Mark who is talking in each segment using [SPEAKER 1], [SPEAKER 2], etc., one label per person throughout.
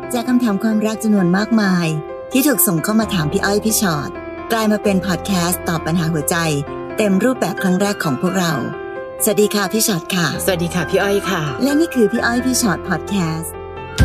[SPEAKER 1] จากคำถามความรักจำนวนมากมายที่ถูกส่งเข้ามาถามพี่อ้อยพี่ชอตกลายมาเป็นพอดแคสต์ตอบปัญหาหัวใจเต็มรูปแบบครั้งแรกของพวกเราสวัสดีค่ะพี่ชอตค่ะ
[SPEAKER 2] สวัสดีค่ะพี่อ้อยค่ะ
[SPEAKER 1] และนี่คือพี่อ้อยพี่ชอตพอดแคสต์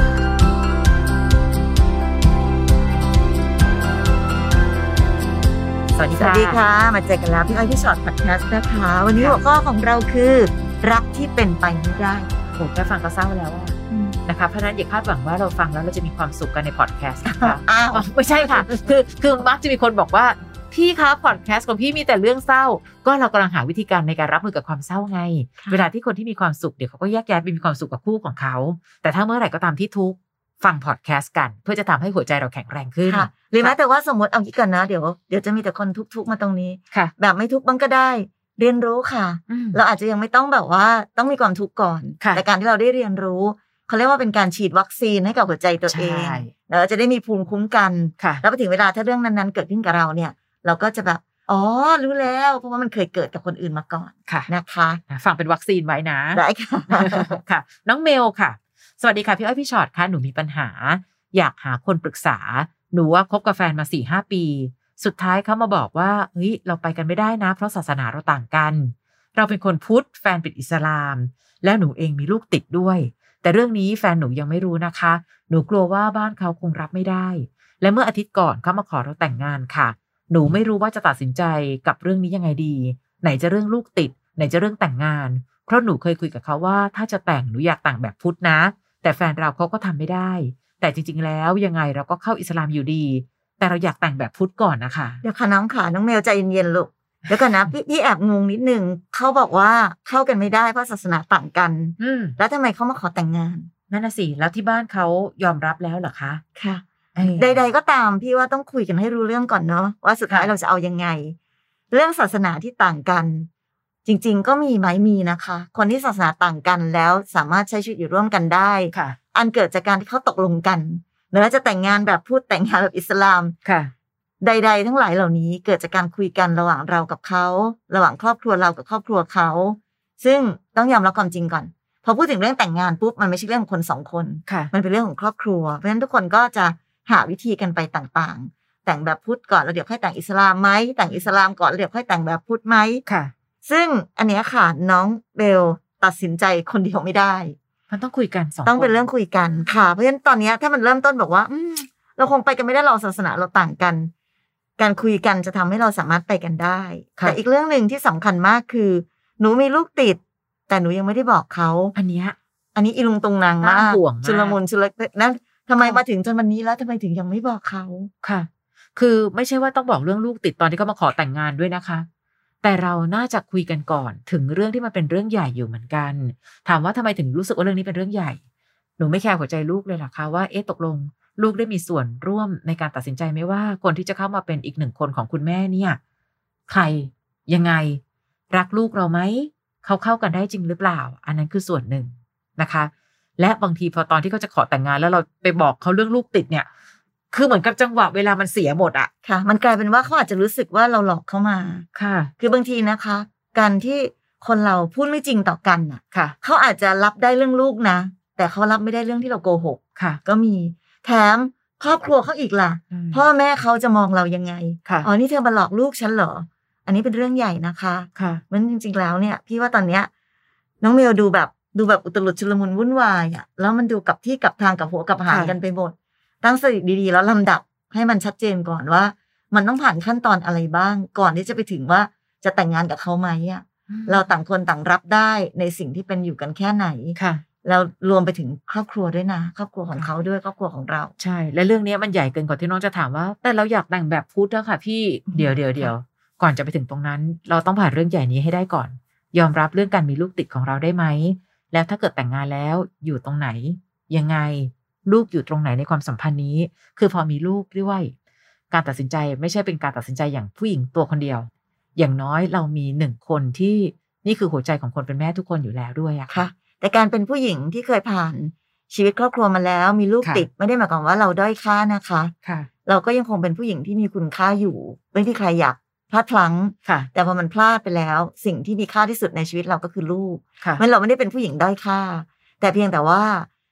[SPEAKER 2] สวัสดีค่ะ
[SPEAKER 1] มาเจอกันแล้วพี่อ้อยพี่ชอตพอดแคสต์นะคะวันนี้หัวข้อของเราคือรักที่เป็นไปไม่ได้
[SPEAKER 2] โหแค่ฟังก็เศร้าแล้วนะคะเพราะนั้นอย่าคาดหวังว่าเราฟังแล้วเราจะมีความสุขกันในพอดแคสต์นะคะไม่ใช่ค่ะคือมักจะมีคนบอกว่าพี่คะพอดแคสต์ของพี่มีแต่เรื่องเศร้าก็เรากำลังหาวิธีการในการรับมือกับความเศร้าไงเวลาที่คนที่มีความสุขเดี๋ยวเขาก็แยกย้ายไปมีความสุขกับคู่ของเขาแต่ถ้าเมื่อไหร่ก็ตามที่ทุกข์ฟังพอดแคสต์กันเพื่อจะทำให้หัวใจเราแข็งแรงขึ้น
[SPEAKER 1] หรือแม้แต่ว่าสมมติเอางี้กันนะเดี๋ยวจะมีแต่คนทุกข์มาตรงนี้แบบไม่ทุกข์บ้างก็ได้เรียนรู้ค่ะเราอาจจะยังไม่ต้องแบบว่าต้องมีความทุกข์ก่อนแต่การที่เราได้เรียนรู้เขาเรียกว่าเป็นการฉีดวัคซีนให้กับหัวใจตัวเองเราจะได้มีภูมิคุ้มกันแล้วพอถึงเวลาถ้าเรื่องนั้นๆเกิดขึ้นกับเราเนี่ยเราก็จะแบบอ๋อรู้แล้วเพราะว่ามันเคยเกิดกับคนอื่นมาก่อนนะคะ
[SPEAKER 2] ฟังเป็นวัคซีนไว้นะ
[SPEAKER 1] ได้ค่ะ
[SPEAKER 2] ค่ะน้องเมลค่ะสวัสดีค่ะพี่อ้อยพี่ชอตค่ะหนูมีปัญหาอยากหาคนปรึกษาหนูว่าคบกับแฟนมา 4-5 ปีสุดท้ายเขามาบอกว่าเฮ้ยเราไปกันไม่ได้นะเพราะศาสนาเราต่างกันเราเป็นคนพุทธแฟนเป็นอิสลามแล้วหนูเองมีลูกติดด้วยแต่เรื่องนี้แฟนหนูยังไม่รู้นะคะหนูกลัวว่าบ้านเขาคงรับไม่ได้และเมื่ออาทิตย์ก่อนเขามาขอเราแต่งงานค่ะหนูไม่รู้ว่าจะตัดสินใจกับเรื่องนี้ยังไงดีไหนจะเรื่องลูกติดไหนจะเรื่องแต่งงานเพราะหนูเคยคุยกับเขาว่าถ้าจะแต่งหนูอยากแต่งแบบพุทธนะแต่แฟนเราเขาก็ทำไม่ได้แต่จริงๆแล้วยังไงเราก็เข้าอิสลามอยู่ดีแต่เราอยากแต่งแบบพุทธก่อนนะคะ
[SPEAKER 1] เดี๋ยวค่ะน้องค่ะน้องเมลใจเย็นๆลูกเดี๋ยวก่อนนะพี่แอบงงนิดนึงเขาบอกว่าเข้ากันไม่ได้เพราะศาสนาต่างกันแล้วทำไมเขามาขอแต่งงาน
[SPEAKER 2] นั่นน่ะสิแล้วที่บ้านเขายอมรับแล้วเหรอคะ
[SPEAKER 1] ค่ะใดๆก็ตามพี่ว่าต้องคุยกันให้รู้เรื่องก่อนเนาะว่าสุดท้ายเราจะเอายังไงเรื่องศาสนาที่ต่างกันจริงๆก็มีนะคะคนที่ศาสนาต่างกันแล้วสามารถใช้ชีวิตอยู่ร่วมกันได้อันเกิดจากการที่เขาตกลงกันหรือจะแต่งงานแบบพุทธแต่งงานแบบอิสลามใดๆทั้งหลายเหล่านี้เกิดจากการคุยกันระหว่างเรากับเขาระหว่างครอบครัวเรากับครอบครัวเขาซึ่งต้องยอมรับความจริงก่อนพอพูดถึงเรื่องแต่งงานปุ๊บมันไม่ใช่เรื่องของคน2คนมันเป็นเรื่องของครอบครัวเพราะฉะนั้นทุกคนก็จะหาวิธีกันไปต่างๆแต่งแบบพุทธก่อนแล้วเดี๋ยวค่อยแต่งอิสลามไหมแต่งอิสลามก่อนแล้วเดี๋ยวค่อยแต่งแบบพุทธไหมซึ่งอันนี้ค่ะน้องเบลตัดสินใจคนเดียวไม่ได้
[SPEAKER 2] มันต้องคุยกัน2คน
[SPEAKER 1] ต้องเป็นเรื่องคุยกันค่ะเพราะฉะนั้นตอนนี้ถ้ามันเริ่มต้นบอกว่าเราคงไปกันไม่ได้เราศาสนาเราต่างกันการคุยกันจะทำให้เราสามารถไปกันได้แต่อีกเรื่องนึงที่สำคัญมากคือหนูมีลูกติดแต่หนูยังไม่ได้บอกเขา
[SPEAKER 2] อันนี้
[SPEAKER 1] อีลุงตุงนางมากชุลมุนชุลนั่นทำไมมาถึงจนวันนี้แล้วทำไมถึงยังไม่บอกเขา
[SPEAKER 2] ค่ะคือไม่ใช่ว่าต้องบอกเรื่องลูกติดตอนที่เขามาขอแต่งงานด้วยนะคะแต่เราน่าจะคุยกันก่อนถึงเรื่องที่มันเป็นเรื่องใหญ่อยู่เหมือนกันถามว่าทำไมถึงรู้สึกว่าเรื่องนี้เป็นเรื่องใหญ่หนูไม่แคร์หัวใจลูกเลยหรอคะว่าตกลงลูกได้มีส่วนร่วมในการตัดสินใจไหมว่าคนที่จะเข้ามาเป็นอีก1 คนของคุณแม่เนี่ยใครยังไงรักลูกเราไหมเขาเข้ากันได้จริงหรือเปล่าอันนั้นคือส่วนหนึ่งนะคะและบางทีพอตอนที่เขาจะขอแต่งงานแล้วเราไปบอกเขาเรื่องลูกติดเนี่ยคือเหมือนกับจังหวะเวลามันเสียหมดอะ
[SPEAKER 1] ค่ะมันกลายเป็นว่าเขาอาจจะรู้สึกว่าเราหลอกเขามา
[SPEAKER 2] ค่ะ
[SPEAKER 1] คือบางทีนะคะการที่คนเราพูดไม่จริงต่อกันน่ะเขาอาจจะรับได้เรื่องลูกนะแต่เขารับไม่ได้เรื่องที่เราโกหก
[SPEAKER 2] ค่ะ
[SPEAKER 1] ก็มีแถมครอบครัวเขาอีกล่ะพ่อแม่เขาจะมองเรายังไงอ๋อนี่เธอมาหลอกลูกฉันเหรออันนี้เป็นเรื่องใหญ่นะคะมันจริงๆแล้วเนี่ยพี่ว่าตอนเนี้ยน้องเมลดูแบบอุตลุดชุลมุนวุ่นวายอ่ะแล้วมันดูกับที่กับทางกับหัวกับหางกันไปหมดตั้งสติดีๆแล้วลำดับให้มันชัดเจนก่อนว่ามันต้องผ่านขั้นตอนอะไรบ้างก่อนที่จะไปถึงว่าจะแต่งงานกับเขาไหมอ่ะเราต่างคนต่างรับได้ในสิ่งที่เป็นอยู่กันแค่ไหนแล้วรวมไปถึงครอบครัวด้วยนะครอบครัวของเขาด้วยครอบครัวของเรา
[SPEAKER 2] ใช่และเรื่องนี้มันใหญ่เกินกว่าที่น้องจะถามว่าแต่เราอยากแต่งแบบพุทธอะค่ะพี่เดี๋ยวก่อนจะไปถึงตรงนั้นเราต้องผ่านเรื่องใหญ่นี้ให้ได้ก่อนยอมรับเรื่องการมีลูกติดของเราได้ไหมแล้วถ้าเกิดแต่งงานแล้วอยู่ตรงไหนยังไงลูกอยู่ตรงไหนในความสัมพันธ์นี้คือพอมีลูกด้วยการตัดสินใจไม่ใช่เป็นการตัดสินใจอย่างผู้หญิงตัวคนเดียวอย่างน้อยเรามี1 คนที่นี่คือหัวใจของคนเป็นแม่ทุกคนอยู่แล้วด้วยอะ
[SPEAKER 1] ค่ะแต่การเป็นผู้หญิงที่เคยผ่านชีวิตครอบครัวมาแล้วมีลูกติดไม่ได้หมายความว่าเราด้อยค่านะคะเราก็ยังคงเป็นผู้หญิงที่มีคุณค่าอยู่ไม่ที่ใครอยากพลาดพลั้งแต่พอมันพลาดไปแล้วสิ่งที่มีค่าที่สุดในชีวิตเราก็คือลูกมันเราไม่ได้เป็นผู้หญิงด้อยค่าแต่เพียงแต่ว่า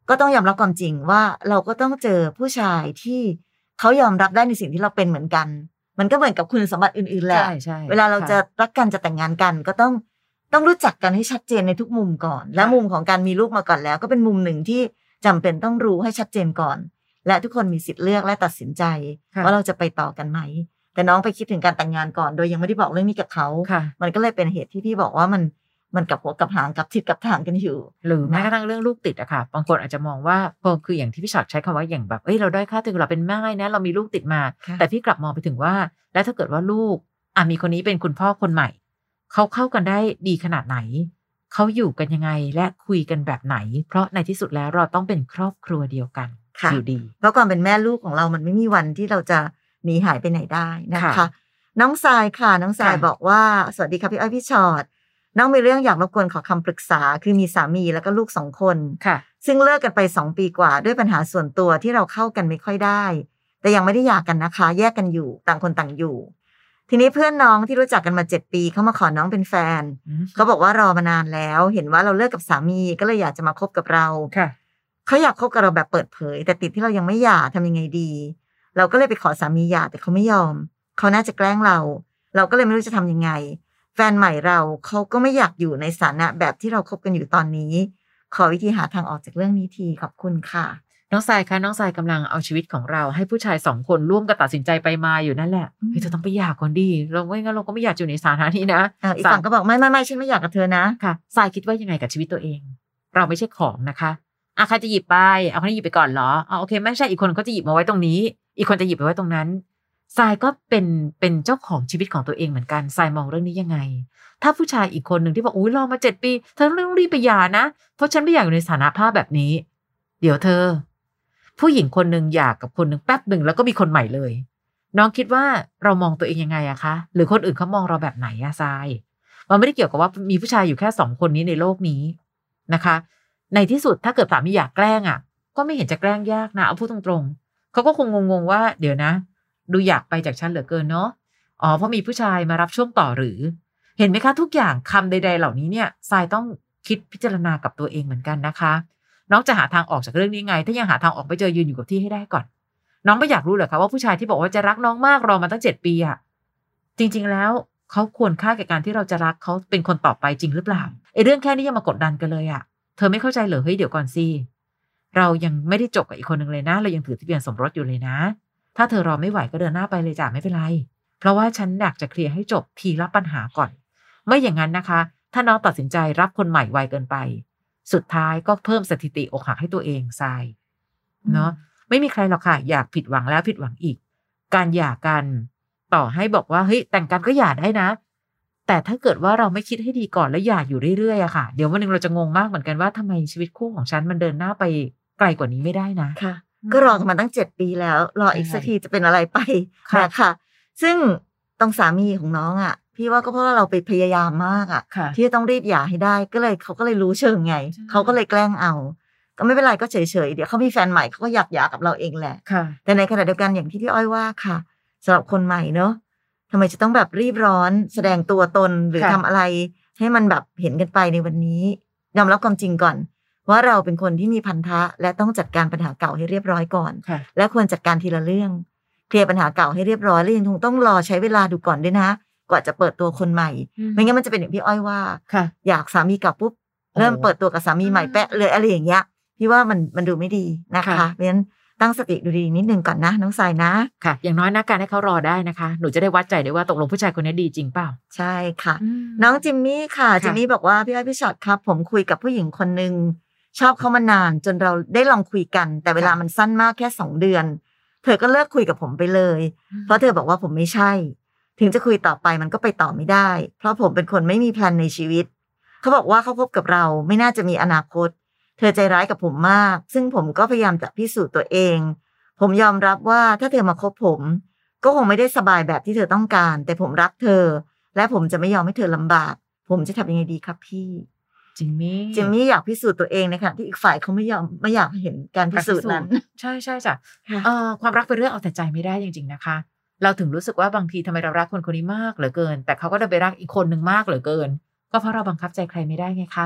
[SPEAKER 1] ก็ต้องยอมรับความจริงว่าเราก็ต้องเจอผู้ชายที่เขายอมรับได้ในสิ่งที่เราเป็นเหมือนกันมันก็เหมือนกับคุณสมบัติอื่นๆแหละเวลาเราจะรักกันจะแต่งงานกันก็ต้องรู้จักกันให้ชัดเจนในทุกมุมก่อนและมุมของการมีลูกมาก่อนแล้วก็เป็นมุมหนึ่งที่จำเป็นต้องรู้ให้ชัดเจนก่อนและทุกคนมีสิทธิ์เลือกและตัดสินใจว่าเราจะไปต่อกันไหมแต่น้องไปคิดถึงการแต่งงานก่อนโดยยังไม่ได้บอกเรื่องนี้กับเขามันก็เลยเป็นเหตุที่พี่บอกว่ามันกับหัวกับหางกับทิศกับทางกันอยู่
[SPEAKER 2] หรือแม้กระทั่งเรื่องลูกติดอะค่ะบางคนอาจจะมองว่าพอคืออย่างที่พี่ชอตใช้คำว่าอย่างแบบเราด้อยค่าตัวเราเป็นแม่นะเรามีลูกติดมาแต่พี่กลับมองไปถึงว่าแล้วถ้าเกิดว่าลูกมีคนนี้เป็นคุณพ่อคนใหม่เขาเข้ากันได้ดีขนาดไหนเขาอยู่กันยังไงและคุยกันแบบไหนเพราะในที่สุดแล้วเราต้องเป็นครอบครัวเดียวกันอยู่ดี
[SPEAKER 1] เพราะความเป็นแม่ลูกของเรามันไม่มีวันที่เราจะหนีหายไปไหนได้นะคะน้องทรายค่ะน้องทรายบอกว่าสวัสดีค่ะพี่อ้อยพี่ชอตน้องมีเรื่องอยากรบกวนขอคำปรึกษาคือมีสามีแล้วก็ลูก2 คนซึ่งเลิกกันไป2 ปีกว่าด้วยปัญหาส่วนตัวที่เราเข้ากันไม่ค่อยได้แต่ยังไม่ได้หย่ากันนะคะแยกกันอยู่ต่างคนต่างอยู่ทีนี้เพื่อนน้องที่รู้จักกันมา7 ปีเขามาขอน้องเป็นแฟนเขาบอกว่ารอมานานแล้วเห็นว่าเราเลิกกับสามีก็เลยอยากจะมาคบกับเราเขาอยากคบกับเราแบบเปิดเผยแต่ติดที่เรายังไม่หย่าทำยังไงดีเราก็เลยไปขอสามีหย่าแต่เขาไม่ยอมเขาน่าจะแกล้งเราก็เลยไม่รู้จะทำยังไงแฟนใหม่เราเขาก็ไม่อยากอยู่ในสถานะแบบที่เราคบกันอยู่ตอนนี้ขอวิธีหาทางออกจากเรื่องนี้ทีขอบคุณค่ะ
[SPEAKER 2] น้องทรายคะน้องทรายกำลังเอาชีวิตของเราให้ผู้ชาย2 คนร่วมกันตัดสินใจไปมาอยู่นั่นแหละเธอต้องไปหย่าก่อนดีเราไม่งั้นเราก็ไม่อยากอยู่ในสถานะนี้นะ
[SPEAKER 1] อีกฝั่งก็บอกไม่ฉันไม่อยากกับเธอนะ
[SPEAKER 2] ค่ะทรายคิดว่ายังไงกับชีวิตตัวเองเราไม่ใช่ของนะคะใครจะหยิบไปเอาคนนี้หยิบไปก่อนเหรอโอเคไม่ใช่อีกคนเขาจะหยิบมาไว้ตรงนี้อีกคนจะหยิบไปไว้ตรงนั้นทรายก็เป็นเจ้าของชีวิตของตัวเองเหมือนกันทรายมองเรื่องนี้ยังไงถ้าผู้ชายอีกคนหนึ่งที่บอกรอมา7 ปีเธอต้องรีบไปหย่านะเพราะฉันไม่อยากอยู่ในสถานะภาพแบบนี้เดี๋ยวเธอผู้หญิงคนหนึ่งหย่ากับคนหนึ่งแป๊บหนึ่งแล้วก็มีคนใหม่เลยน้องคิดว่าเรามองตัวเองยังไงอะคะหรือคนอื่นเขามองเราแบบไหนอะทรายมันไม่ได้เกี่ยวกับว่ามีผู้ชายอยู่แค่2 คนนี้ในโลกนี้นะคะในที่สุดถ้าเกิดสามีอยากแกล้งอะก็ไม่เห็นจะแกล้งยากนะเอาพูดตรงๆเขาก็คงงงว่าเดี๋ยวนะดูอยากไปจากฉันเหลือเกินเนาะเพราะมีผู้ชายมารับช่วงต่อหรือเห็นไหมคะทุกอย่างคำใดๆเหล่านี้เนี่ยทรายต้องคิดพิจารณากับตัวเองเหมือนกันนะคะน้องจะหาทางออกจากเรื่องนี้ไงถ้ายังหาทางออกไม่เจอยืนอยู่กับที่ให้ได้ก่อนน้องไม่อยากรู้เหรอคะว่าผู้ชายที่บอกว่าจะรักน้องมากรอมาตั้ง7 ปีอะจริงๆแล้วเขาควรค่าแก่การที่เราจะรักเขาเป็นคนต่อไปจริงหรือเปล่าเรื่องแค่นี้ยังมากดดันกันเลยอะเธอไม่เข้าใจเหรอเฮ้ยเดี๋ยวก่อนสิเรายังไม่ได้จบกับอีกคนหนึ่งเลยนะเรายังถือทะเบียนสมรสอยู่เลยนะถ้าเธอรอไม่ไหวก็เดินหน้าไปเลยจ้ะไม่เป็นไรเพราะว่าฉันอยากจะเคลียร์ให้จบทีละปัญหาก่อนไม่อย่างนั้นนะคะถ้าน้องตัดสินใจรับคนใหม่ไวเกินไปสุดท้ายก็เพิ่มสถิติอกหักให้ตัวเองทรายเนาะไม่มีใครหรอกค่ะอยากผิดหวังแล้วผิดหวังอีกการหย่ากันต่อให้บอกว่าเฮ้ยแต่งกันก็หย่าได้นะแต่ถ้าเกิดว่าเราไม่คิดให้ดีก่อนแล้วหย่าอยู่เรื่อยๆอะค่ะเดี๋ยววันนึงเราจะงงมากเหมือนกันว่าทำไมชีวิตคู่ของฉันมันเดินหน้าไปไกลกว่านี้ไม่ได้นะ
[SPEAKER 1] ค่ะก็รอกันมาตั้ง7 ปีแล้วรออีกสักทีจะเป็นอะไรไปนะคะซึ่งตรงสามีของน้องอ่ะพี่ว่าก็เพราะว่าเราไปพยายามมากอ่ะที่จะต้องรีบหย่าให้ได้ก็เลยเขาก็เลยรู้เชิงไงเขาก็เลยแกล้งเอาก็ไม่เป็นไรก็เฉยๆเดี๋ยวเขามีแฟนใหม่เขาก็อยากหย่ากับเราเองแหละแต่ในขณะเดียวกันอย่างที่พี่อ้อยว่าค่ะสำหรับคนใหม่เนอะทำไมจะต้องแบบรีบร้อนแสดงตัวตนหรือทำอะไรให้มันแบบเห็นกันไปในวันนี้ยอมรับความจริงก่อนว่าเราเป็นคนที่มีพันธะและต้องจัดการปัญหาเก่าให้เรียบร้อยก่อนและควรจัดการทีละเรื่องเคลียร์ปัญหาเก่าให้เรียบร้อยแล้วยังคงต้องรอใช้เวลาดูก่อนด้วยนะกว่าจะเปิดตัวคนใหม่ไม่งั้นมันจะเป็นอย่างพี่อ้อยว่าอยากสามีกลับปุ๊บเริ่มเปิดตัวกับสามีใหม่แปะเลยอะไรอย่างเงี้ยพี่ว่ามันดูไม่ดีนะคะเพราะฉะนั้นตั้งสติดูดีนิดนึงก่อนนะน้องทรายนะ
[SPEAKER 2] ค่ะอย่างน้อยนะการให้เขารอได้นะคะหนูจะได้วัดใจได้ว่าตกลงผู้ชายคนนี้ดีจริงเปล่า
[SPEAKER 1] ใช่ค่ะน้องจิมมี่ค่ะจิมมี่บอกว่าพี่อ้อยพี่ชอตครับผมคุยกับผู้หญิงคนนึงชอบเขามานานจนเราได้ลองคุยกันแต่เวลามันสั้นมากแค่2 เดือนเธอก็เลิกคุยกับผมไปเลยเพราะเธอบอกว่าผมไม่ใช่ถึงจะคุยต่อไปมันก็ไปต่อไม่ได้เพราะผมเป็นคนไม่มีแพลนในชีวิตเขาบอกว่าเขาคบกับเราไม่น่าจะมีอนาคตเธอใจร้ายกับผมมากซึ่งผมก็พยายามจะพิสูจน์ตัวเองผมยอมรับว่าถ้าเธอมาคบผมก็คงไม่ได้สบายแบบที่เธอต้องการแต่ผมรักเธอและผมจะไม่ยอมให้เธอลำบากผมจะทำยังไงดีครับพี่
[SPEAKER 2] จิม
[SPEAKER 1] มี่อยากพิสูจน์ตัวเองในขณะที่อีกฝ่ายเขาไม่อยากเห็นการพิสูจน์นั้น
[SPEAKER 2] ใช่จ้ะความรักเป็นเรื่องเอาแต่ใจไม่ได้จริงๆนะคะเราถึงรู้สึกว่าบางทีทำไมเรารักคนคนนี้มากเหลือเกินแต่เขาก็ได้ไปรักอีกคนนึงมากเหลือเกินก็เพราะเราบังคับใจใครไม่ได้ไงคะ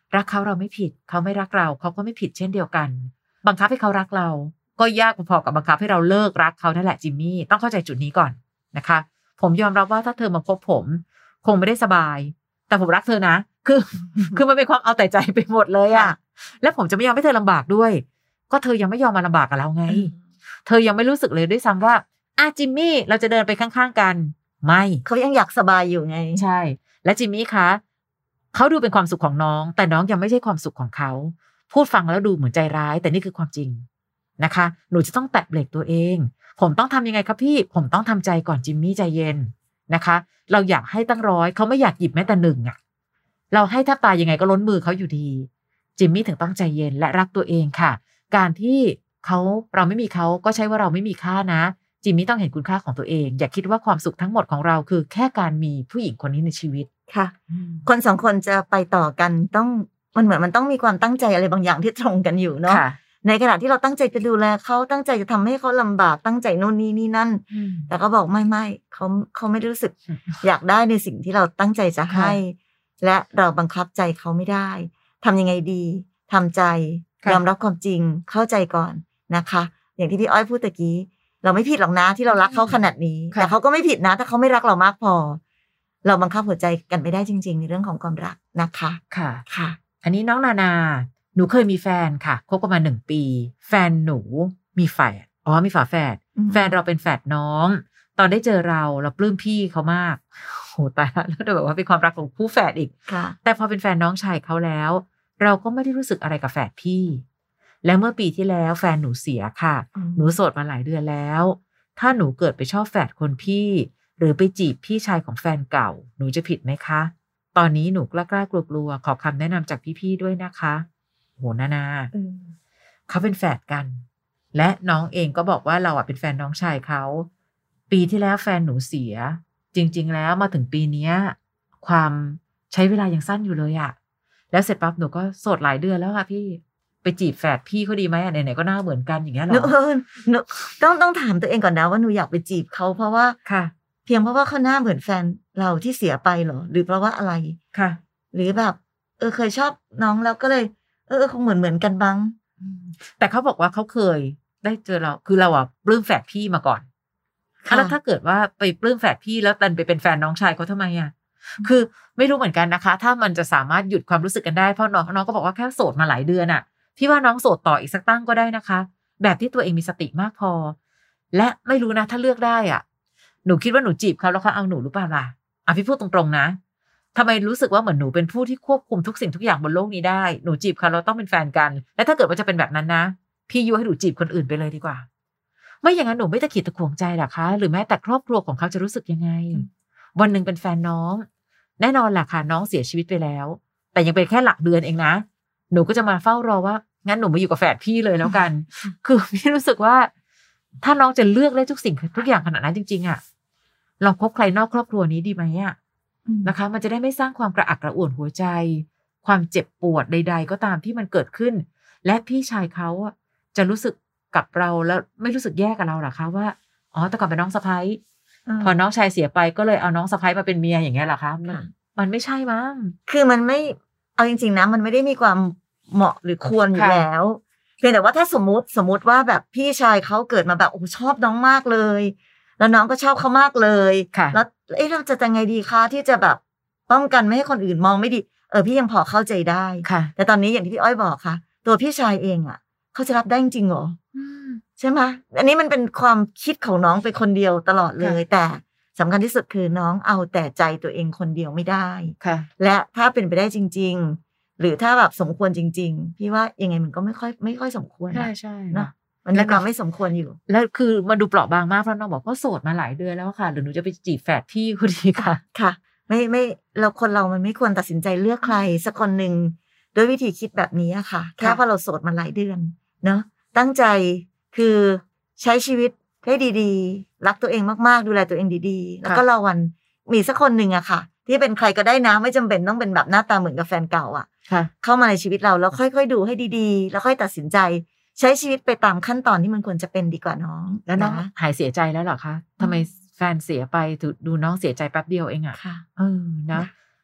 [SPEAKER 2] รักเขาเราไม่ผิดเขาไม่รักเราเขาก็ไม่ผิดเช่นเดียวกันบังคับให้เขารักเราก็ยากพอๆกับบังคับให้เราเลิกรักเขานั่นแหละจิมมี่ต้องเข้าใจจุดนี้ก่อนนะคะผมยอมรับว่าถ้าเธอมาคบผมคงไม่ได้สบายแต่ผมรักเธอนะคือมันเป็นความเอาแต่ใจไปหมดเลยอะและผมจะไม่ยอมให้เธอลำบากด้วยก็เธอยังไม่ยอมมาลำบากกับเราไงเธอยังไม่รู้สึกเลยด้วยซ้ำว่าจิมมี่เราจะเดินไปข้างๆกันไม่
[SPEAKER 1] เขายังอยากสบายอยู่ไง
[SPEAKER 2] ใช่และจิมมี่คะเขาดูเป็นความสุขของน้องแต่น้องยังไม่ใช่ความสุขของเขาพูดฟังแล้วดูเหมือนใจร้ายแต่นี่คือความจริงนะคะหนูจะต้องแตะเบรกตัวเองผมต้องทำยังไงครับพี่ผมต้องทำใจก่อนจิมมี่ใจเย็นนะคะเราอยากให้ตั้ง100เขาไม่อยากหยิบแม้แต่1เราให้แทบตายยังไงก็ล้นมือเขาอยู่ดีจิมมี่ถึงต้องใจเย็นและรักตัวเองค่ะการที่เราไม่มีเขาก็ใช่ว่าเราไม่มีค่านะจิมมี่ต้องเห็นคุณค่าของตัวเองอย่าคิดว่าความสุขทั้งหมดของเราคือแค่การมีผู้หญิงคนนี้ในชีวิต
[SPEAKER 1] ค่ะคน2คนจะไปต่อกันต้องมันเหมือนมันต้องมีความตั้งใจอะไรบางอย่างที่ตรงกันอยู่เนาะในขณะที่เราตั้งใจจะดูแลเขาตั้งใจจะทำให้เขาลำบากตั้งใจโน่นนี่นั่นแต่ก็บอกไม่เขาไม่รู้สึกอยากได้ในสิ่งที่เราตั้งใจจะให้และเราบังคับใจเขาไม่ได้ทำยังไงดีทำใจยอมรับความจริงเข้าใจก่อนนะคะอย่างที่พี่อ้อยพูดตะกี้เราไม่ผิดหรอกนะที่เรารักเขาขนาดนี้แต่เขาก็ไม่ผิดนะถ้าเขาไม่รักเรามากพอเราบังคับหัวใจกันไม่ได้จริงๆในเรื่องของความรักนะคะ
[SPEAKER 2] ค่ะอันนี้น้องนาหนูเคยมีแฟนค่ะคบกันมา1 ปีแฟนหนูมีแฝดมีฝาแฝดแฟนเราเป็นแฝดน้องตอนได้เจอเราปลื้มพี่เขามากโหตายแล้วแบบว่าเป็นความรักของคู่แฝดอีกแต่พอเป็นแฟนน้องชายเขาแล้วเราก็ไม่ได้รู้สึกอะไรกับแฝดพี่และเมื่อปีที่แล้วแฟนหนูเสียค่ะหนูโสดมาหลายเดือนแล้วถ้าหนูเกิดไปชอบแฝดคนพี่หรือไปจีบพี่ชายของแฟนเก่าหนูจะผิดไหมคะตอนนี้หนูกล้ากลัวขอคำแนะนำจากพี่ๆด้วยนะคะโหนาเขาเป็นแฝดกันและน้องเองก็บอกว่าเราเป็นแฟนน้องชายเขาปีที่แล้วแฟนหนูเสียจริงๆแล้วมาถึงปีนี้ความใช้เวลายังสั้นอยู่เลยแล้วเสร็จปั๊บหนูก็โสดหลายเดือนแล้วค่ะพี่ไปจีบแฝดพี่เขาดีไหมไหนๆก็หน้าเหมือนกันอย่างเงี้ยหรอ
[SPEAKER 1] ต้องถามตัวเองก่อนนะว่าหนูอยากไปจีบเขาเพราะว่าเพียงเพราะว่าเขาหน้าเหมือนแฟนเราที่เสียไปเหรอหรือเพราะว่าอะไร
[SPEAKER 2] ค่ะ
[SPEAKER 1] หรือแบบเคยชอบน้องแล้วก็เลยคงเหมือนกันบ้าง
[SPEAKER 2] แต่เขาบอกว่าเขาเคยได้เจอเราคือเราปลื้มแฝดพี่มาก่อนแล้วถ้าเกิดว่าไปปลื้มแฝดพี่แล้วดันไปเป็นแฟนน้องชายเขาทำไมคือไม่รู้เหมือนกันนะคะถ้ามันจะสามารถหยุดความรู้สึกกันได้เพราะน้องก็บอกว่าแค่โสดมาหลายเดือนพี่ว่าน้องโสดต่ออีกสักตั้งก็ได้นะคะแบบที่ตัวเองมีสติมากพอและไม่รู้นะถ้าเลือกได้หนูคิดว่าหนูจีบเขาแล้วเขาเอาหนูหรือเปล่าล่ะพี่พูดตรงๆนะทำไมรู้สึกว่าเหมือนหนูเป็นผู้ที่ควบคุมทุกสิ่งทุกอย่างบนโลกนี้ได้หนูจีบเขาเราต้องเป็นแฟนกันและถ้าเกิดว่าจะเป็นแบบนั้นนะพี่ยุให้หนูจีบคนอื่นไปเลยดีกว่าไม่อย่างนั้นหนูไม่ตะขิดตะขวงใจหรอคะหรือแม้แต่ครอบครัวของเขาจะรู้สึกยังไงวันหนึ่งเป็นแฟนน้องแน่นอนแหละค่ะน้องเสียชีวิตไปแล้วแต่ยังเป็นแค่หลักเดือนเองนะหนูก็จะมาเฝ้ารอว่างั้นหนูมาอยู่กับแฝดพี่เลยแล้วกันคือพี่รู้สึกว่าถ้าน้องจะเลือกได้ทุกสิ่งทุกอย่างขนาดนั้นจริงๆลองคบใครนอกครอบครัวนี้ดีไหมนะคะมันจะได้ไม่สร้างความกระอักกระอ่วนหัวใจความเจ็บปวดใดๆก็ตามที่มันเกิดขึ้นและพี่ชายเขาจะรู้สึกกับเราแล้วไม่รู้สึกแย่กับเราหรอคะว่าแต่ก่อนเป็นน้องสะใภ้พอน้องชายเสียไปก็เลยเอาน้องสะใภ้มาเป็นเมียอย่างเงี้ยหรอคะมันไม่ใช่มั้ง
[SPEAKER 1] คือมันไม่เอาจริงๆนะมันไม่ได้มีความเหมาะหรือควรอยู่แล้วเพียงแต่ว่าถ้าสมมติว่าแบบพี่ชายเขาเกิดมาแบบชอบน้องมากเลยแล้วน้องก็ชอบเขามากเลยแล้วเราจะยังไงดีคะที่จะแบบป้องกันไม่ให้คนอื่นมองไม่ดีพี่ยังพอเข้าใจได้แต่ตอนนี้อย่างที่พี่อ้อยบอกค่ะตัวพี่ชายเองเขาจะรับได้จริงๆหรอใช่ไหมอันนี้มันเป็นความคิดของน้องไปคนเดียวตลอดเลยแต่สำคัญที่สุดคือน้องเอาแต่ใจตัวเองคนเดียวไม่ได้และถ้าเป็นไปได้จริงๆหรือถ้าแบบสมควรจริงๆพี่ว่ายังไงมันก็ไม่ค่อยสมควร
[SPEAKER 2] ใช่
[SPEAKER 1] เนาะมันมีความไม่สมควรอยู่
[SPEAKER 2] แล้วคือมันดูเปราะบางมากเพราะน้องบอกว่าโสดมาหลายเดือนแล้วค่ะหรือหนูจะไปจีบแฝดพี่คนดี
[SPEAKER 1] ค่ะไม่เราคนเรามันไม่ควรตัดสินใจเลือกใครสักคนหนึ่งด้วยวิธีคิดแบบนี้ค่ะแค่เพราะเราโสดมาหลายเดือนเนาะตั้งใจคือใช้ชีวิตให้ดีๆรักตัวเองมากๆดูแลตัวเองดีๆแล้วก็รอวันมีสักคนหนึ่งค่ะที่เป็นใครก็ได้นะไม่จำเป็นต้องเป็นแบบหน้าตาเหมือนกับแฟนเก่าเข้ามาในชีวิตเราแล้วค่อยๆดูให้ดีๆแล้วค่อยตัดสินใจใช้ชีวิตไปตามขั้นตอนที่มันควรจะเป็นดีกว่าน้อง
[SPEAKER 2] แล้วน้องหายเสียใจแล้วเหรอคะทำไมแฟนเสียไปดูน้องเสียใจแป๊บเดียวเองนะ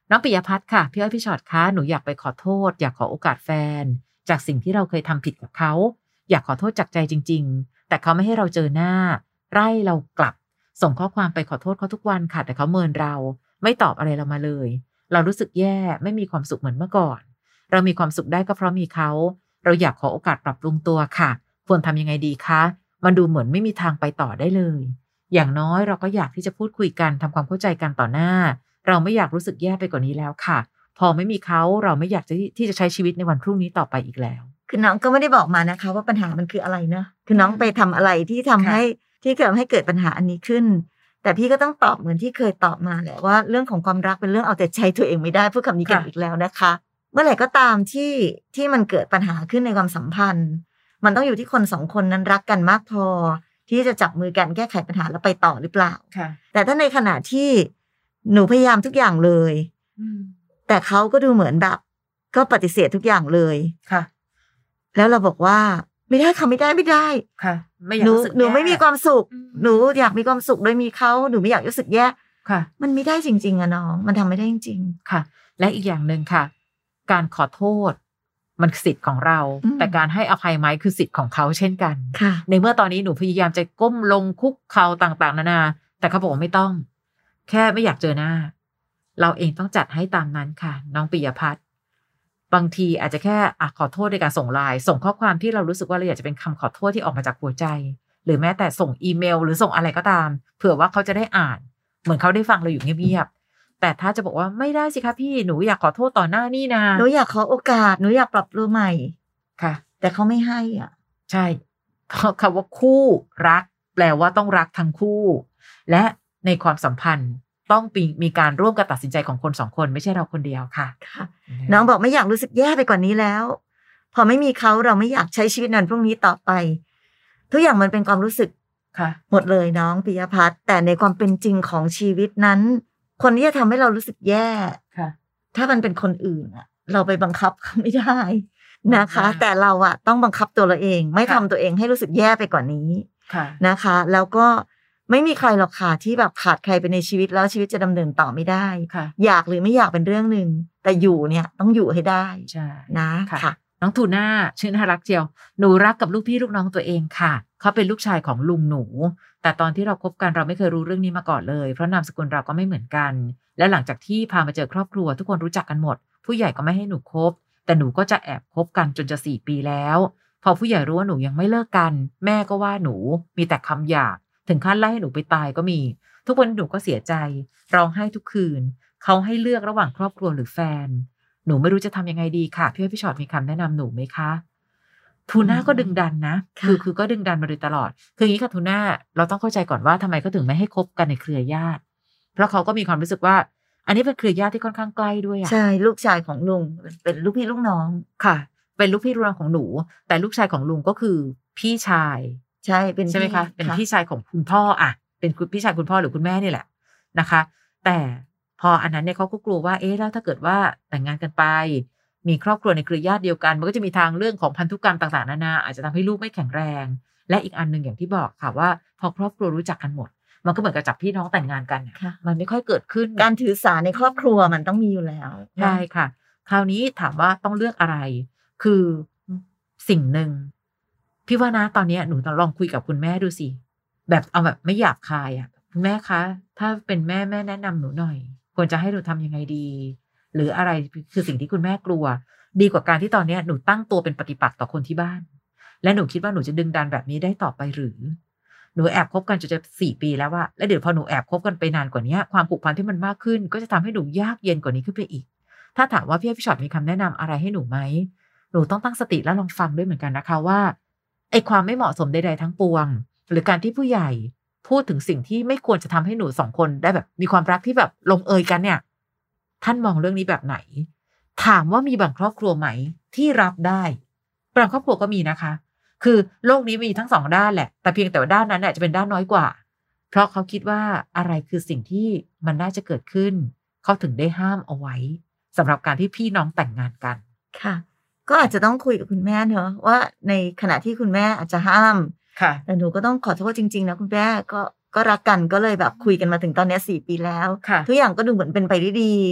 [SPEAKER 2] น้องปิยพัฒน์ค่ะพี่อ้อยพี่ชอตคะหนูอยากไปขอโทษอยากขอโอกาสแฟนจากสิ่งที่เราเคยทำผิดกับเขาอยากขอโทษจากใจจริงๆแต่เขาไม่ให้เราเจอหน้าไล่เรากลับส่งข้อความไปขอโทษเขาทุกวันค่ะแต่เขาเมินเราไม่ตอบอะไรเรามาเลยเรารู้สึกแย่ไม่มีความสุขเหมือนเมื่อก่อนเรามีความสุขได้ก็เพราะมีเขาเราอยากขอโอกาสปรับปรุงตัวค่ะควรทำยังไงดีคะมันดูเหมือนไม่มีทางไปต่อได้เลยอย่างน้อยเราก็อยากที่จะพูดคุยกันทำความเข้าใจกันต่อหน้าเราไม่อยากรู้สึกแย่ไปกว่านี้แล้วค่ะพอไม่มีเขาเราไม่อยากที่จะใช้ชีวิตในวันพรุ่งนี้ต่อไปอีกแล้ว
[SPEAKER 1] คือน้องก็ไม่ได้บอกมานะคะว่าปัญหามันคืออะไรนะคือน้องไปทำอะไรที่ทำให้เกิดปัญหาอันนี้ขึ้นแต่พี่ก็ต้องตอบเหมือนที่เคยตอบมาแหละว่าเรื่องของความรักเป็นเรื่องเอาแต่ใจตัวเองไม่ได้พูดคำนี้กันอีกแล้วนะคะเมื่อไหร่ก็ตามที่มันเกิดปัญหาขึ้นในความสัมพันธ์มันต้องอยู่ที่คนสองคนนั้นรักกันมากพอที่จะจับมือกันแก้ไขปัญหาแล้วไปต่อหรือเปล่าแต่ถ้าในขณะที่หนูพยายามทุกอย่างเลยแต่เขาก็ดูเหมือนแบบก็ปฏิเสธทุกอย่างเลยค่ะแล้วเราบอกว่าไม่ได้ค่ะไม่ได้
[SPEAKER 2] ค่ะไม่อยากรู้สึก
[SPEAKER 1] หนูไม่มีความสุขหนูอยากมีความสุขโดยมีเขาหนูไม่อยากรู้สึกแย่
[SPEAKER 2] ค่ะ
[SPEAKER 1] มันไม่ได้จริงๆอะน้องมันทำไม่ได้จริง
[SPEAKER 2] ๆค่ะและอีกอย่างนึงค่ะการขอโทษมันสิทธิ์ของเราแต่การให้อภัยไหมคือสิทธิ์ของเขาเช่นกันในเมื่อตอนนี้หนูพยายามจะก้มลงคุกเข่าต่างๆนานาแต่เขาบอกว่าไม่ต้องแค่ไม่อยากเจอหน้าเราเองต้องจัดให้ตามนั้นค่ะน้องปิยพัฒน์บางทีอาจจะแค่ขอโทษในการส่งไลน์ส่งข้อความที่เรารู้สึกว่าเราอยากจะเป็นคำขอโทษที่ออกมาจากหัวใจหรือแม้แต่ส่งอีเมลหรือส่งอะไรก็ตามเผื่อว่าเขาจะได้อ่านเหมือนเขาได้ฟังเราอยู่เงียบๆแต่ถ้าจะบอกว่าไม่ได้สิคะพี่หนูอยากขอโทษต่อหน้านี่นะ
[SPEAKER 1] หนูอยากขอโอกาสหนูอยากปรับตัวใหม่
[SPEAKER 2] ค่ะ
[SPEAKER 1] แต่เขาไม่ให้อ่ะ
[SPEAKER 2] ใช่เพราะคำว่าคู่รักแปลว่าต้องรักทั้งคู่และในความสัมพันธ์ต้องมีการร่วมกันตัดสินใจของคนสองคนไม่ใช่เราคนเดียวค่ะ
[SPEAKER 1] น้องบอกไม่อยากรู้สึกแย่ไปกว่านี้แล้วพอไม่มีเขาเราไม่อยากใช้ชีวิตนั้นพรุ่งนี้ต่อไปทุกอย่างมันเป็นความรู้สึกหมดเลยน้องปิยพัฒน์แต่ในความเป็นจริงของชีวิตนั้นคนที่จะทำให้เรารู้สึกแย่ถ้ามันเป็นคนอื่นอะเราไปบังคับเขาไม่ได้นะคะแต่เราอะต้องบังคับตัวเราเองไม่ทำตัวเองให้รู้สึกแย่ไปกว่านี้นะคะแล้วก็ไม่มีใครหรอกค่ะที่แบบขาดใครไปในชีวิตแล้วชีวิตจะดำเนินต่อไม่ได้อยากหรือไม่อยากเป็นเรื่องนึงแต่อยู่เนี่ยต้องอยู่ให้ได้นะค่ะ
[SPEAKER 2] น้องทูน่าชื่อน่ารักเจียวหนูรักกับลูกพี่ลูกน้องตัวเองค่ะเขาเป็นลูกชายของลุงหนูแต่ตอนที่เราคบกันเราไม่เคยรู้เรื่องนี้มาก่อนเลยเพราะนามสกุลเราก็ไม่เหมือนกันและหลังจากที่พามาเจอครอบครัวทุกคนรู้จักกันหมดผู้ใหญ่ก็ไม่ให้หนูคบแต่หนูก็จะแอบคบกันจนจะ4 ปีแล้วพอผู้ใหญ่รู้ว่าหนูยังไม่เลิกกันแม่ก็ว่าหนูมีแต่คำหยาบถึงขั้นไล่ให้หนูไปตายก็มีทุกวันหนูก็เสียใจร้องไห้ทุกคืนเขาให้เลือกระหว่างครอบครัวหรือแฟนหนูไม่รู้จะทำยังไงดีค่ะพี่ชอตมีคำแนะนำหนูไหมคะทูน่าก็ดึงดันนะคือก็ดึงดันมาโดยตลอดคืออย่างนี้ค่ะทูน่าเราต้องเข้าใจก่อนว่าทำไมเขาถึงไม่ให้คบกันในเครือญาติเพราะเขาก็มีความรู้สึกว่าอันนี้เป็นเครือญาติที่ค่อนข้างใกล้ด้วย
[SPEAKER 1] ใช่ลูกชายของลุงเป็นลูกพี่ลูกน้อง
[SPEAKER 2] ค่ะเป็นลูกพี่ลูกน้องของหนูแต่ลูกชายของลุงก็คือพี่ชาย
[SPEAKER 1] ใช่เป็น
[SPEAKER 2] ใช่ไหมคะเป็นพี่ชายของคุณพ่ออ่ะเป็นพี่ชายคุณพ่อหรือคุณแม่นี่แหละนะคะแต่พออันนั้นเนี่ยเขาก็กลัวว่าแล้วถ้าเกิดว่าแต่งงานกันไปมีครอบครัวในเครือญาติเดียวกันมันก็จะมีทางเรื่องของพันธุกรรมต่างๆนานาอาจจะทำให้ลูกไม่แข็งแรงและอีกอันนึงอย่างที่บอกค่ะว่าพอครอบครัวรู้จักกันหมดมันก็เหมือนกับจับพี่น้องแต่งงานกันมันไม่ค่อยเกิดขึ้น
[SPEAKER 1] การถือสาในครอบครัวมันต้องมีอยู่แล้ว
[SPEAKER 2] ใช่ค่ะคราวนี้ถามว่าต้องเลือกอะไรคือสิ่งหนึ่งพี่ว่านะตอนนี้หนูลองคุยกับคุณแม่ดูสิแบบเอาแบบไม่หยาบคายอ่ะคุณแม่คะถ้าเป็นแม่แนะนำหนูหน่อยควรจะให้หนูทำยังไงดีหรืออะไรคือสิ่งที่คุณแม่กลัวดีกว่าการที่ตอนนี้หนูตั้งตัวเป็นปฏิปักษ์ต่อคนที่บ้านและหนูคิดว่าหนูจะดึงดันแบบนี้ได้ต่อไปหรือหนูแอบคบกันจนจะ4 ปีแล้วว่าแล้วเดี๋ยวพอหนูแอบคบกันไปนานกว่านี้ความผูกพันที่มันมากขึ้นก็จะทำให้หนูยากเย็นกว่านี้ขึ้นไปอีกถ้าถามว่าพี่ชอตมีคำแนะนำอะไรให้หนูไหมหนูต้องตั้งสติและลองฟังด้วยเหมือนกันนะคะว่าไอ้ความไม่เหมาะสมใดๆทั้งปวงหรือการที่ผู้ใหญ่พูดถึงสิ่งที่ไม่ควรจะทำให้หนู2 คนได้แบบมีความรักที่แบบลงเอยกันเนี่ยท่านมองเรื่องนี้แบบไหนถามว่ามีบางครอบครัวไหมที่รับได้บางครอบครัวก็มีนะคะคือโลกนี้มีทั้ง2 ด้านแหละแต่เพียงแต่ว่าด้านนั้นเนี่ยจะเป็นด้านน้อยกว่าเพราะเขาคิดว่าอะไรคือสิ่งที่มันน่าจะเกิดขึ้นเขาถึงได้ห้ามเอาไว้สำหรับการที่พี่น้องแต่งงานกัน
[SPEAKER 1] ค่ะก็อาจจะต้องคุยกับคุณแม่เนอะว่าในขณะที่คุณแม่อาจจะห้ามแต่หนูก็ต้องขอโทษจริงๆนะคุณแม่ก็รักกันก็เลยแบบคุยกันมาถึงตอนนี้4 ปีแล้วทุกอย่างก็ดูเหมือนเป็นไปได้ดี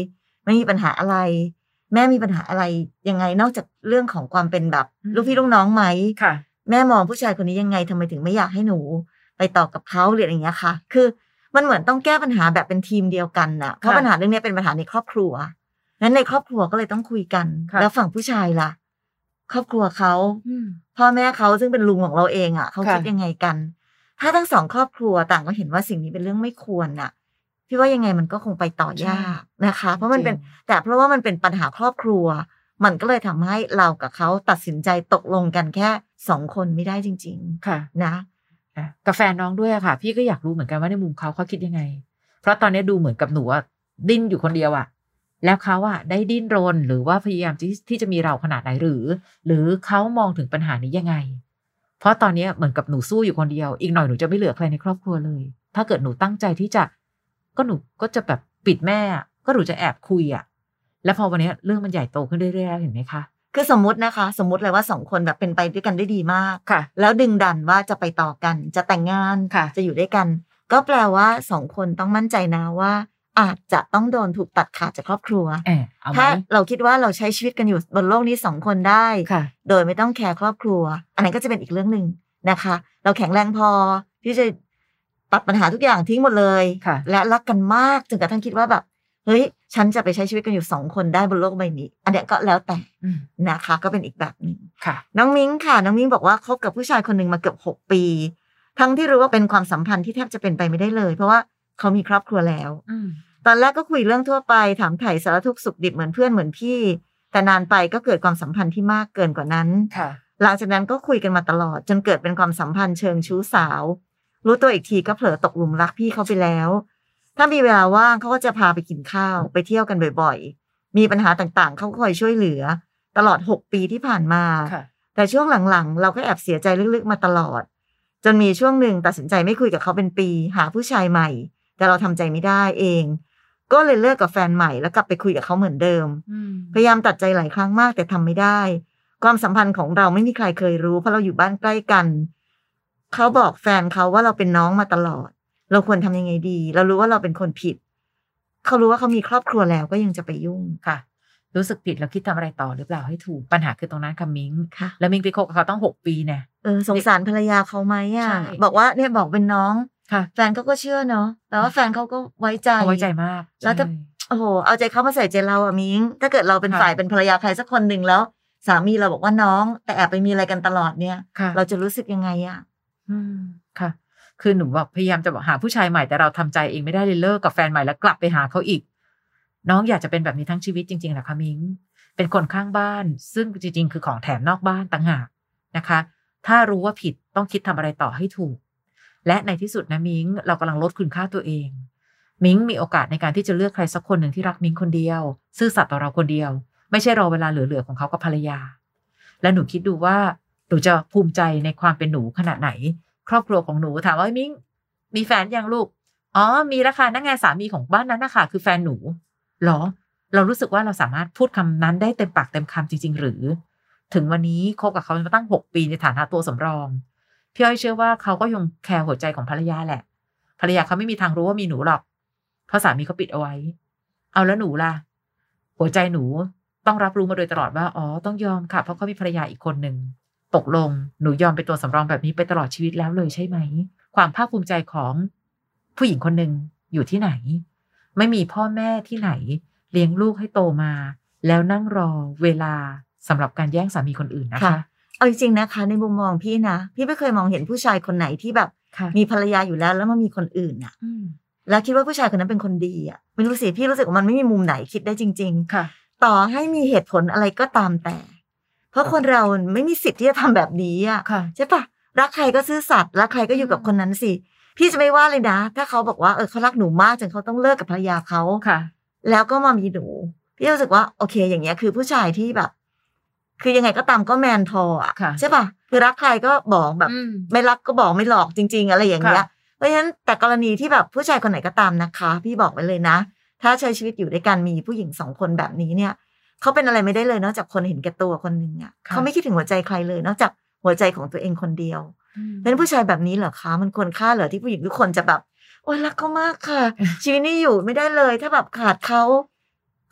[SPEAKER 1] ไม่มีปัญหาอะไรแม่มีปัญหาอะไรยังไงนอกจากเรื่องของความเป็นแบบลูกพี่ลูกน้องไหม
[SPEAKER 2] ค่ะ
[SPEAKER 1] แม่มองผู้ชายคนนี้ยังไงทำไมถึงไม่อยากให้หนูไปต่อกับเขาหรืออะไรอย่างเงี้ยค่ะคือมันเหมือนต้องแก้ปัญหาแบบเป็นทีมเดียวกันน่ะเพราะปัญหาเรื่องนี้เป็นปัญหาในครอบครัวนั้นในครอบครัวก็เลยต้องคุยกันแล้วฝั่งผู้ชายล่ะครอบครัวเขาพ่อแม่เขาซึ่งเป็นลุงของเราเองอ่ะเขาคิดยังไงกันถ้าทั้งสองครอบครัวต่างก็เห็นว่าสิ่งนี้เป็นเรื่องไม่ควรน่ะพี่ว่ายังไงมันก็คงไปต่อยากนะคะเพราะมันเป็นแต่เพราะว่ามันเป็นปัญหาครอบครัวมันก็เลยทำให้เรากับเขาตัดสินใจตกลงกันแค่2 คนไม่ได้จริงๆ
[SPEAKER 2] ค่ะ
[SPEAKER 1] นะ
[SPEAKER 2] กับแฟนน้องด้วยอะค่ะพี่ก็อยากรู้เหมือนกันว่าในมุมเขาคิดยังไงเพราะตอนนี้ดูเหมือนกับหนูอะดิ้นอยู่คนเดียวอะแล้วเขาอะได้ดิ้นรนหรือว่าพยายามที่จะมีเราขนาดไหนหรือเขามองถึงปัญหานี้ยังไงเพราะตอนนี้เหมือนกับหนูสู้อยู่คนเดียวอีกหน่อยหนูจะไม่เหลือใครในครอบครัวเลยถ้าเกิดหนูตั้งใจที่จะหนูก็จะแบบปิดแม่ก็หนูจะแอบคุยอะแล้วพอวันนี้เรื่องมันใหญ่โตขึ้นเรื่อยๆเห็นไหมคะ
[SPEAKER 1] คือสมมตินะคะสมมติเลยว่า2 คนแบบเป็นไปด้วยกันได้ดีมาก
[SPEAKER 2] ค่ะ
[SPEAKER 1] แล้วดึงดันว่าจะไปต่อกันจะแต่งงานจะอยู่ด้วยกันก็แปลว่า2 คนต้องมั่นใจนะว่าอาจจะต้องโดนถูกตัดขาดจากครอบครัวถ้าเราคิดว่าเราใช้ชีวิตกันอยู่บนโลกนี้2 คนได้โดยไม่ต้องแคร์ครอบครัวอันนั้นก็จะเป็นอีกเรื่องนึงนะคะเราแข็งแรงพอที่จะตัดปัญหาทุกอย่างทิ้งหมดเลยและรักกันมากจนกระทั่งคิดว่าแบบเฮ้ยฉันจะไปใช้ชีวิตกันอยู่2 คนได้บนโลกใบนี้อันเนี้ยก็แล้วแต่นะคะก็เป็นอีกแบบนึงน้องมิ้งค่ะน้องมิ้งบอกว่าคบกับผู้ชายคนนึงมาเกือบ6 ปีทั้งที่รู้ว่าเป็นความสัมพันธ์ที่แทบจะเป็นไปไม่ได้เลยเพราะว่าเขามีครอบครัวแล้วตอนแรกก็คุยเรื่องทั่วไปถามไถ่สารทุกข์สุขดิบเหมือนเพื่อนเหมือนพี่แต่นานไปก็เกิดความสัมพันธ์ที่มากเกินกว่านั้นหลังจากนั้นก็คุยกันมาตลอดจนเกิดเป็นความสัมพันธ์เชิงชู้สาวรู้ตัวอีกทีก็เผลอตกหลุมรักพี่เขาไปแล้วถ้ามีเวลาว่างเขาก็จะพาไปกินข้าวไปเที่ยวกันบ่อยๆมีปัญหาต่างๆเขาคอยช่วยเหลือตลอด6 ปีที่ผ่านมาแต่ช่วงหลังๆเราก็แอบเสียใจลึกๆมาตลอดจนมีช่วงหนึ่งตัดสินใจไม่คุยกับเขาเป็นปีหาผู้ชายใหม่แต่เราทำใจไม่ได้เองก็เลยเลิกกับแฟนใหม่แล้วกลับไปคุยกับเขาเหมือนเดิมพยายามตัดใจหลายครั้งมากแต่ทำไม่ได้ความสัมพันธ์ของเราไม่มีใครเคยรู้เพราะเราอยู่บ้านใกล้กันเขาบอกแฟนเขาว่าเราเป็นน้องมาตลอดเราควรทำยังไงดีเรารู้ว่าเราเป็นคนผิดเขารู้ว่าเขามีครอบครัวแล้วก็ยังจะไปยุ่ง
[SPEAKER 2] ค่ะรู้สึกผิดแล้วคิดทำอะไรต่อหรือเปล่าให้ถูกปัญหาคือตรงนั้นค่ะมิ้งแล้วมิ้งไปคบกับเขาต้อง6 ปีเนี่ย
[SPEAKER 1] สงสารภรรยาเขาไหมอ่ะบอกว่าเนี่ยบอกเป็นน้องแฟนเขาก็เชื่อเนาะแต่ว่าแฟนเขาก็ไว้ใจ
[SPEAKER 2] มาก
[SPEAKER 1] แล้วจะโอ้โหเอาใจเขามาใส่ใจเราอ่ะมิ้งถ้าเกิดเราเป็นฝ่ายเป็นภรรยาใครสักคนหนึ่งแล้วสามีเราบอกว่าน้องแต่แอบไปมีอะไรกันตลอดเนี่ยเราจะรู้สึกยังไงอ่ะ
[SPEAKER 2] ค่ะคือหนูแบบพยายามจะหาผู้ชายใหม่แต่เราทำใจเองไม่ได้เลยเลิกกับแฟนใหม่แล้วกลับไปหาเขาอีกน้องอยากจะเป็นแบบนี้ทั้งชีวิตจริงๆแหละค่ะมิ้งเป็นคนข้างบ้านซึ่งจริงๆคือของแถมนอกบ้านต่างหากนะคะถ้ารู้ว่าผิดต้องคิดทำอะไรต่อให้ถูกและในที่สุดนะมิ้งเรากำลังลดคุณค่าตัวเองมิ้งมีโอกาสในการที่จะเลือกใครสักคนหนึ่งที่รักมิ้งคนเดียวซื่อสัตย์ต่อเราคนเดียวไม่ใช่รอเวลาเหลือๆของเขากับภรรยาและหนูคิดดูว่าหนูจะภูมิใจในความเป็นหนูขนาดไหนครอบครัวของหนูถามว่ามิ้งมีแฟนยังลูกอ๋อมีแล้วค่ะนั่นไงสามีของบ้านนั้นนะคะคือแฟนหนูหรอเรารู้สึกว่าเราสามารถพูดคำนั้นได้เต็มปากเต็มคำจริงๆหรือถึงวันนี้คบกับเขามาตั้ง6 ปีในฐานะตัวสำรองพี่อ้อยเชื่อว่าเขาก็ยังแคร์หัวใจของภรรยาแหละภรรยาเขาไม่มีทางรู้ว่ามีหนูหรอกเพราะสามีเขาปิดเอาไว้เอาแล้วหนูล่ะหัวใจหนูต้องรับรู้มาโดยตลอดว่าอ๋อต้องยอมค่ะเพราะเขามีภรรยาอีกคนนึงตกลงหนูยอมเป็นตัวสำรองแบบนี้ไปตลอดชีวิตแล้วเลยใช่ไหมความภาคภูมิใจของผู้หญิงคนหนึ่งอยู่ที่ไหนไม่มีพ่อแม่ที่ไหนเลี้ยงลูกให้โตมาแล้วนั่งรอเวลาสำหรับการแย่งสามีคนอื่นนะคะ
[SPEAKER 1] เอาจริงๆนะคะในมุมมองพี่นะพี่ไม่เคยมองเห็นผู้ชายคนไหนที่แบบมีภรรยาอยู่แล้วมามีคนอื่นอ่ะแล้วคิดว่าผู้ชายคนนั้นเป็นคนดีอ่ะไม่รู้สิพี่รู้สึกว่ามันไม่มีมุมไหนคิดได้จริงๆต่อให้มีเหตุผลอะไรก็ตามแต่เพราะคนเราไม่มีสิทธิ์ที่จะทำแบบนี้อ่ะใช่ปะรักใครก็ซื่อสัตย์รักใครก็อยู่กับคนนั้นสิพี่จะไม่ว่าเลยนะถ้าเขาบอกว่าเขารักหนูมากจนเขาต้องเลิกกับภรรยาเขาแล้วก็มามีหนูพี่รู้สึกว่าโอเคอย่างเงี้ยคือผู้ชายที่แบบคือยังไงก็ตามก็แมนพออ่ะใช่ปะคือรักใครก็บอกแบบไม่รักก็บอกไม่หลอกจริงๆอะไรอย่างเงี้ยเพราะฉะนั้นแต่กรณีที่แบบผู้ชายคนไหนก็ตามนะคะพี่บอกไว้เลยนะถ้าใช้ชีวิตอยู่ด้วยกันมีผู้หญิง2 คนแบบนี้เนี่ยเขาเป็นอะไรไม่ได้เลยนอกจากคนเห็นแก่ตัวคนนึงอ่ะเขาไม่คิดถึงหัวใจใครเลยนอกจากหัวใจของตัวเองคนเดียวเป็นผู้ชายแบบนี้เหรอคะมันควรค่าเหรอที่ผู้หญิงทุกคนจะแบบโอ๊ยรักเขามากค่ะชีวิตนี้อยู่ไม่ได้เลยถ้าแบบขาดเขา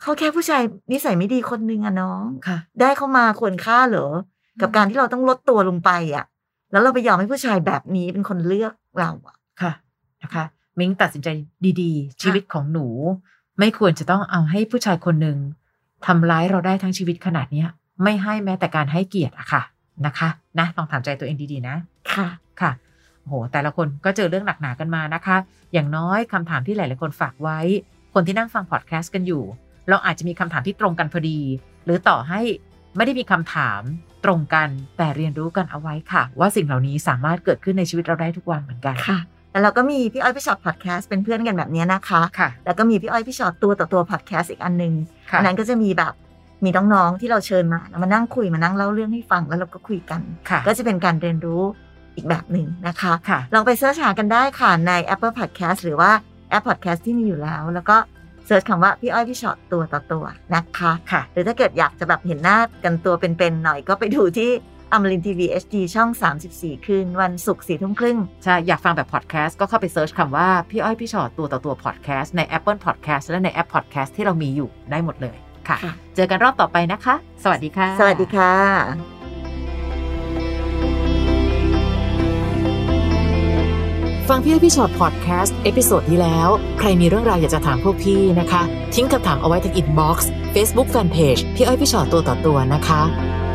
[SPEAKER 1] เขาแค่ผู้ชายนิสัยไม่ดีคนนึงอะน้อง
[SPEAKER 2] ค่ะ
[SPEAKER 1] ได้เข้ามาควรค่าเหรอกับการที่เราต้องลดตัวลงไปอะแล้วเราไปยอมให้ผู้ชายแบบนี้เป็นคนเลือกเราอะ
[SPEAKER 2] ค่ะนะคะมิ้งตัดสินใจดีๆชีวิตของหนูไม่ควรจะต้องเอาให้ผู้ชายคนหนึ่งทำร้ายเราได้ทั้งชีวิตขนาดเนี้ยไม่ให้แม้แต่การให้เกียรติอะค่ะนะคะนะลองถามใจตัวเองดีๆนะค่ะโอ้โหแต่ละคนก็เจอเรื่องหนักหนากันมานะคะอย่างน้อยคำถามที่หลายๆคนฝากไว้คนที่นั่งฟังพอดแคสต์กันอยู่เราอาจจะมีคำถามที่ตรงกันพอดีหรือต่อให้ไม่ได้มีคำถามตรงกันแต่เรียนรู้กันเอาไว้ค่ะว่าสิ่งเหล่านี้สามารถเกิดขึ้นในชีวิตเราได้ทุกวันเหมือนกัน
[SPEAKER 1] ค่ะแล้วเราก็มีพี่อ้อยพี่ชอตพอดแคสต์เป็นเพื่อนกันแบบนี้นะคะแล้วก็มีพี่อ้อยพี่ชอตตัวต่อตัวพอดแคสต์อีกอันนึงอันนั้นก็จะมีแบบมีน้องๆที่เราเชิญมานั่งคุยมานั่งเล่าเรื่องให้ฟังแล้วเราก็คุยกันก็จะเป็นการเรียนรู้อีกแบบหนึ่งนะคะลองไปเสิร์ชหากันได้ค่ะใน Apple Podcast หรือว่าแอป Podcast ที่มีอยู่แล้วก็เสิร์ชคำว่าพี่อ้อยพี่ชอตตัวต่อตัวนะคะหรือถ้าเกิดอยากจะแบบเห็นหน้ากันตัวเป็นๆหน่อยก็ไปดูที่อมรินทร์ทีวี HD ช่อง34คืนวันศุกร์ 22:30 น.
[SPEAKER 2] ใช่อยากฟังแบบพอดแคสต์ก็เข้าไปเซิร์ชคำว่าพี่อ้อยพี่ชอตตัวต่อตัวพอดแคสต์ใน Apple Podcast และในแอปพอดแคสต์ที่เรามีอยู่ได้หมดเลยค่ะเจอกันรอบต่อไปนะคะสวัสดีค่ะ
[SPEAKER 1] สวัสดีค่ะ
[SPEAKER 2] ฟังพี่อ้อยพี่ชอตพอดแคสต์เอพิโซดที่แล้วใครมีเรื่องราวอยากจะถามพวกพี่นะคะทิ้งคำถามเอาไว้ที่อินบ็อกซ์ Facebook Fanpage พี่อ้อยพี่ชอตตัวต่อตัวนะคะ